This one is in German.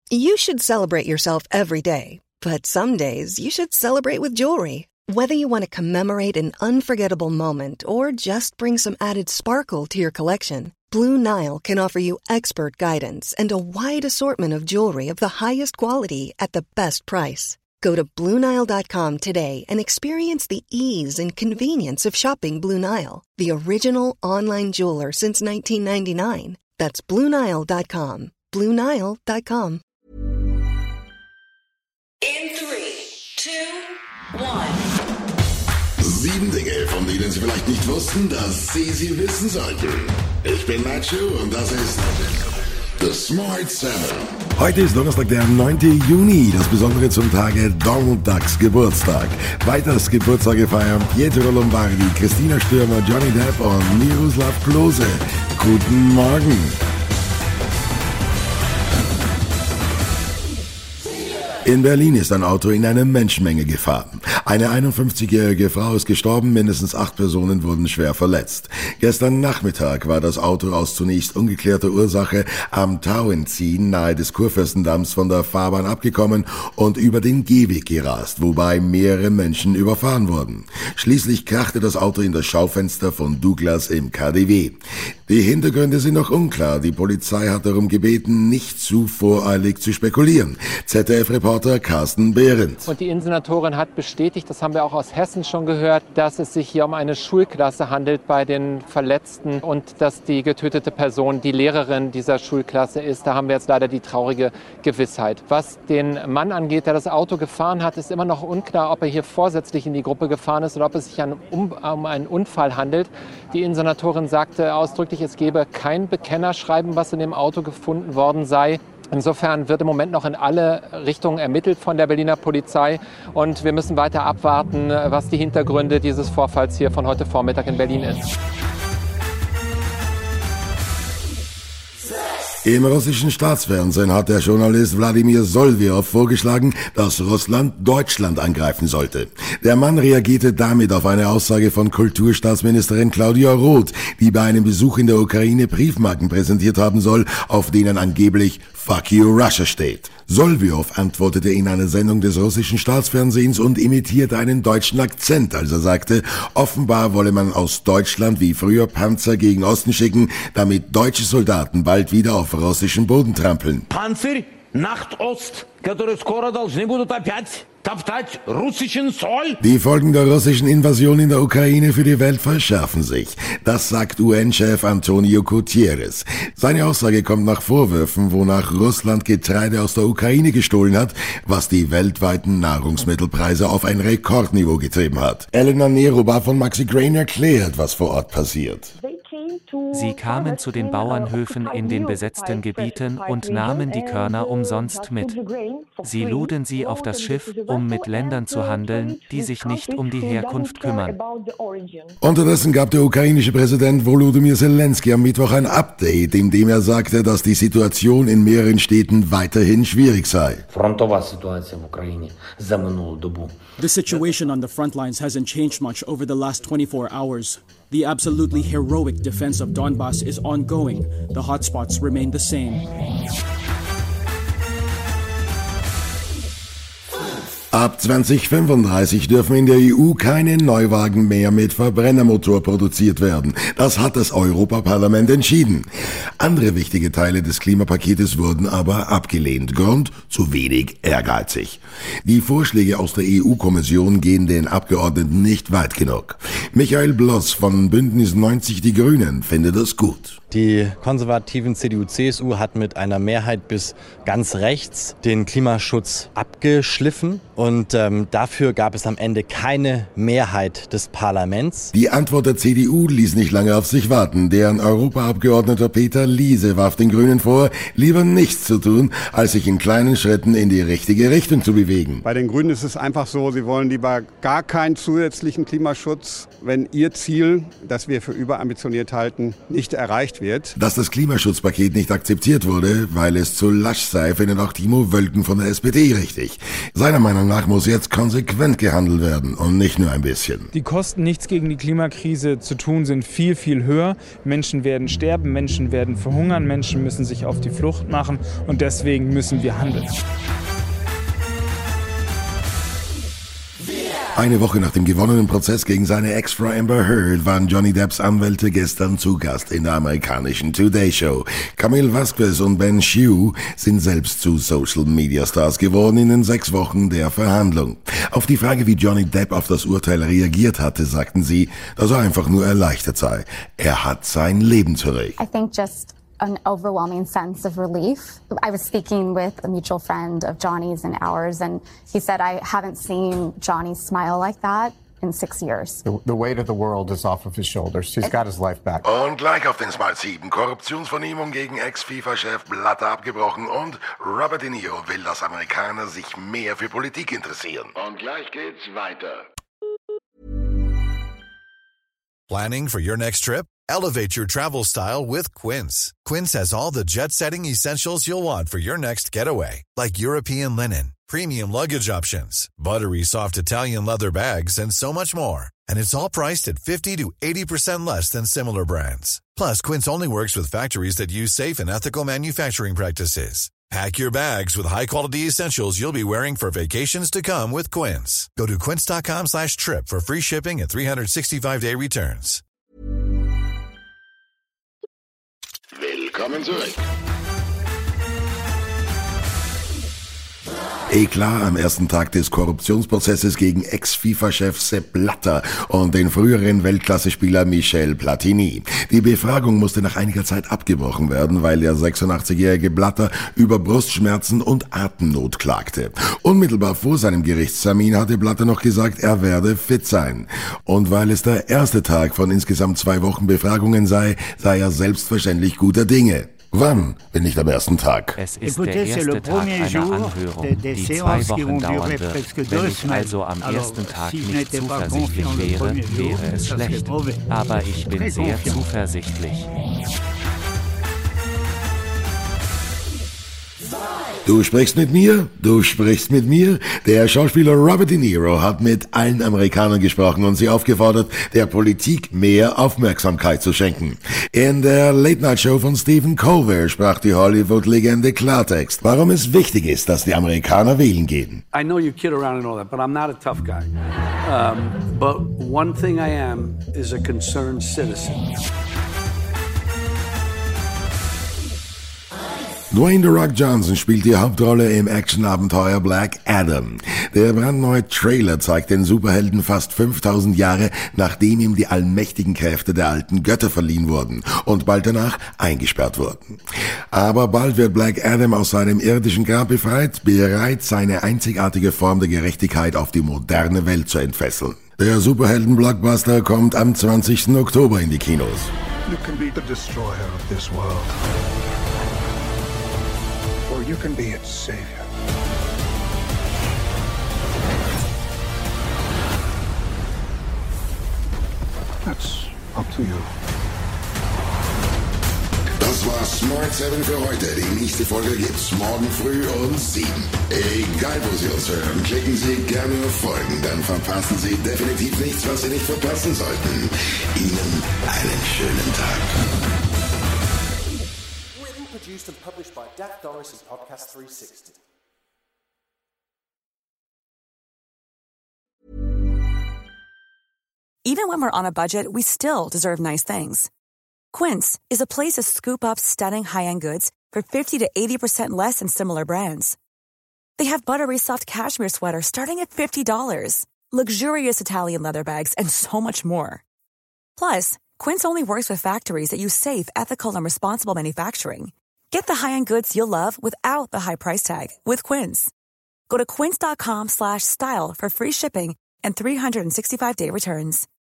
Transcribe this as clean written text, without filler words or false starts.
You should celebrate yourself every day, but some days you should celebrate with jewelry. Whether you want to commemorate an unforgettable moment or just bring some added sparkle to your collection, Blue Nile can offer you expert guidance and a wide assortment of jewelry of the highest quality at the best price. Go to BlueNile.com today and experience the ease and convenience of shopping Blue Nile, the original online jeweler since 1999. That's BlueNile.com. BlueNile.com. In 3, 2, 1. 7 Dinge, von denen Sie vielleicht nicht wussten, dass Sie wissen sollten. Ich bin Nacho und das ist The Smart 7. Heute ist Donnerstag, der 9. Juni, das Besondere zum Tage Donald Ducks Geburtstag. Weiters Geburtstage feiern Pietro Lombardi, Christina Stürmer, Johnny Depp und Miroslav Klose. Guten Morgen. In Berlin ist ein Auto in eine Menschenmenge gefahren. Eine 51-jährige Frau ist gestorben, mindestens 8 Personen wurden schwer verletzt. Gestern Nachmittag war das Auto aus zunächst ungeklärter Ursache am Tauentziehen nahe des Kurfürstendamms von der Fahrbahn abgekommen und über den Gehweg gerast, wobei mehrere Menschen überfahren wurden. Schließlich krachte das Auto in das Schaufenster von Douglas im KaDeWe. Die Hintergründe sind noch unklar. Die Polizei hat darum gebeten, nicht zu voreilig zu spekulieren. ZDF-Reporter Carsten Behrendt. Und die Innensenatorin hat bestätigt, das haben wir auch aus Hessen schon gehört, dass es sich hier um eine Schulklasse handelt bei den Verletzten und dass die getötete Person die Lehrerin dieser Schulklasse ist. Da haben wir jetzt leider die traurige Gewissheit. Was den Mann angeht, der das Auto gefahren hat, ist immer noch unklar, ob er hier vorsätzlich in die Gruppe gefahren ist oder ob es sich um einen Unfall handelt. Die Innensenatorin sagte ausdrücklich, es gebe kein Bekennerschreiben, was in dem Auto gefunden worden sei. Insofern wird im Moment noch in alle Richtungen ermittelt von der Berliner Polizei und wir müssen weiter abwarten, was die Hintergründe dieses Vorfalls hier von heute Vormittag in Berlin ist. Im russischen Staatsfernsehen hat der Journalist Wladimir Solowjow vorgeschlagen, dass Russland Deutschland angreifen sollte. Der Mann reagierte damit auf eine Aussage von Kulturstaatsministerin Claudia Roth, die bei einem Besuch in der Ukraine Briefmarken präsentiert haben soll, auf denen angeblich Fuck you Russia steht. Solowjow antwortete in einer Sendung des russischen Staatsfernsehens und imitierte einen deutschen Akzent, als er sagte, offenbar wolle man aus Deutschland wie früher Panzer gegen Osten schicken, damit deutsche Soldaten bald wieder auf russischen Boden trampeln. Panzer nach Ost, которые скоро должны будут опять топтать russischen Zoll. Die Folgen der russischen Invasion in der Ukraine für die Welt verschärfen sich. Das sagt UN-Chef Antonio Guterres. Seine Aussage kommt nach Vorwürfen, wonach Russland Getreide aus der Ukraine gestohlen hat, was die weltweiten Nahrungsmittelpreise auf ein Rekordniveau getrieben hat. Elena Neruba von Maxi Grain erklärt, was vor Ort passiert. Sie kamen zu den Bauernhöfen in den besetzten Gebieten und nahmen die Körner umsonst mit. Sie luden sie auf das Schiff, um mit Ländern zu handeln, die sich nicht um die Herkunft kümmern. Unterdessen gab der ukrainische Präsident Volodymyr Zelensky am Mittwoch ein Update, in dem er sagte, dass die Situation in mehreren Städten weiterhin schwierig sei. The situation on the front lines hasn't changed much over the last 24 hours. The absolutely heroic defense of Donbass is ongoing. The hotspots remain the same. Ab 2035 dürfen in der EU keine Neuwagen mehr mit Verbrennermotor produziert werden. Das hat das Europaparlament entschieden. Andere wichtige Teile des Klimapaketes wurden aber abgelehnt. Grund: zu wenig ehrgeizig. Die Vorschläge aus der EU-Kommission gehen den Abgeordneten nicht weit genug. Michael Bloss von Bündnis 90 Die Grünen findet das gut. Die konservativen CDU-CSU hat mit einer Mehrheit bis ganz rechts den Klimaschutz abgeschliffen und dafür gab es am Ende keine Mehrheit des Parlaments. Die Antwort der CDU ließ nicht lange auf sich warten. Deren Europaabgeordneter Peter Liese warf den Grünen vor, lieber nichts zu tun, als sich in kleinen Schritten in die richtige Richtung zu bewegen. Bei den Grünen ist es einfach so, sie wollen lieber gar keinen zusätzlichen Klimaschutz, wenn ihr Ziel, das wir für überambitioniert halten, nicht erreicht erreicht wird. Dass das Klimaschutzpaket nicht akzeptiert wurde, weil es zu lasch sei, findet auch Timo Wölken von der SPD richtig. Seiner Meinung nach muss jetzt konsequent gehandelt werden und nicht nur ein bisschen. Die Kosten, nichts gegen die Klimakrise zu tun, sind viel, viel höher. Menschen werden sterben, Menschen werden verhungern, Menschen müssen sich auf die Flucht machen und deswegen müssen wir handeln. Eine Woche nach dem gewonnenen Prozess gegen seine Ex-Frau Amber Heard waren Johnny Depps Anwälte gestern zu Gast in der amerikanischen Today Show. Camille Vasquez und Ben Shue sind selbst zu Social-Media-Stars geworden in den 6 Wochen der Verhandlung. Auf die Frage, wie Johnny Depp auf das Urteil reagiert hatte, sagten sie, dass er einfach nur erleichtert sei. Er hat sein Leben zurück. I think just an overwhelming sense of relief. I was speaking with a mutual friend of Johnny's and ours, and he said, I haven't seen Johnny smile like that in 6 years. The weight of the world is off of his shoulders. He's got his life back. Und gleich auf den Smart 7. Korruptionsvernehmung gegen Ex-FIFA-Chef Blatter abgebrochen und Robert De Niro will, dass Amerikaner sich mehr für Politik interessieren. Und gleich geht's weiter. Planning for your next trip? Elevate your travel style with Quince. Quince has all the jet-setting essentials you'll want for your next getaway, like European linen, premium luggage options, buttery soft Italian leather bags, and so much more. And it's all priced at 50 to 80% less than similar brands. Plus, Quince only works with factories that use safe and ethical manufacturing practices. Pack your bags with high-quality essentials you'll be wearing for vacations to come with Quince. Go to quince.com/trip for free shipping and 365-day returns. Willkommen zurück. Eklat am ersten Tag des Korruptionsprozesses gegen Ex-FIFA-Chef Sepp Blatter und den früheren Weltklasse-Spieler Michel Platini. Die Befragung musste nach einiger Zeit abgebrochen werden, weil der 86-jährige Blatter über Brustschmerzen und Atemnot klagte. Unmittelbar vor seinem Gerichtstermin hatte Blatter noch gesagt, er werde fit sein. Und weil es der erste Tag von insgesamt 2 Wochen Befragungen sei, sei er selbstverständlich guter Dinge. Wann, wenn nicht am ersten Tag? Es ist der erste Tag einer Anhörung, die 2 Wochen dauern wird. Wenn ich also am ersten Tag nicht zuversichtlich wäre, wäre es schlecht. Aber ich bin sehr zuversichtlich. Du sprichst mit mir? Du sprichst mit mir? Der Schauspieler Robert De Niro hat mit allen Amerikanern gesprochen und sie aufgefordert, der Politik mehr Aufmerksamkeit zu schenken. In der Late-Night-Show von Stephen Colbert sprach die Hollywood-Legende Klartext, warum es wichtig ist, dass die Amerikaner wählen gehen. I know you kid around and all that, but I'm not a tough guy. But one thing I am is a concerned citizen. Dwayne The Rock Johnson spielt die Hauptrolle im Action-Abenteuer Black Adam. Der brandneue Trailer zeigt den Superhelden fast 5000 Jahre, nachdem ihm die allmächtigen Kräfte der alten Götter verliehen wurden und bald danach eingesperrt wurden. Aber bald wird Black Adam aus seinem irdischen Grab befreit, bereit, seine einzigartige Form der Gerechtigkeit auf die moderne Welt zu entfesseln. Der Superhelden-Blockbuster kommt am 20. Oktober in die Kinos. You can be the destroyer of this world. Or you can be its savior. That's up to you. Das war Smart 7 für heute. Die nächste Folge gibt's morgen früh um 7. Egal wo Sie uns hören, klicken Sie gerne auf Folgen, dann verpassen Sie definitiv nichts, was Sie nicht verpassen sollten. Ihnen einen schönen Tag. Produced and published by Dak Doris and Podcast 360. Even when we're on a budget, we still deserve nice things. Quince is a place to scoop up stunning high-end goods for 50 to 80% less than similar brands. They have buttery soft cashmere sweaters starting at $50, luxurious Italian leather bags, and so much more. Plus, Quince only works with factories that use safe, ethical, and responsible manufacturing. Get the high-end goods you'll love without the high price tag with Quince. Go to quince.com/style for free shipping and 365-day returns.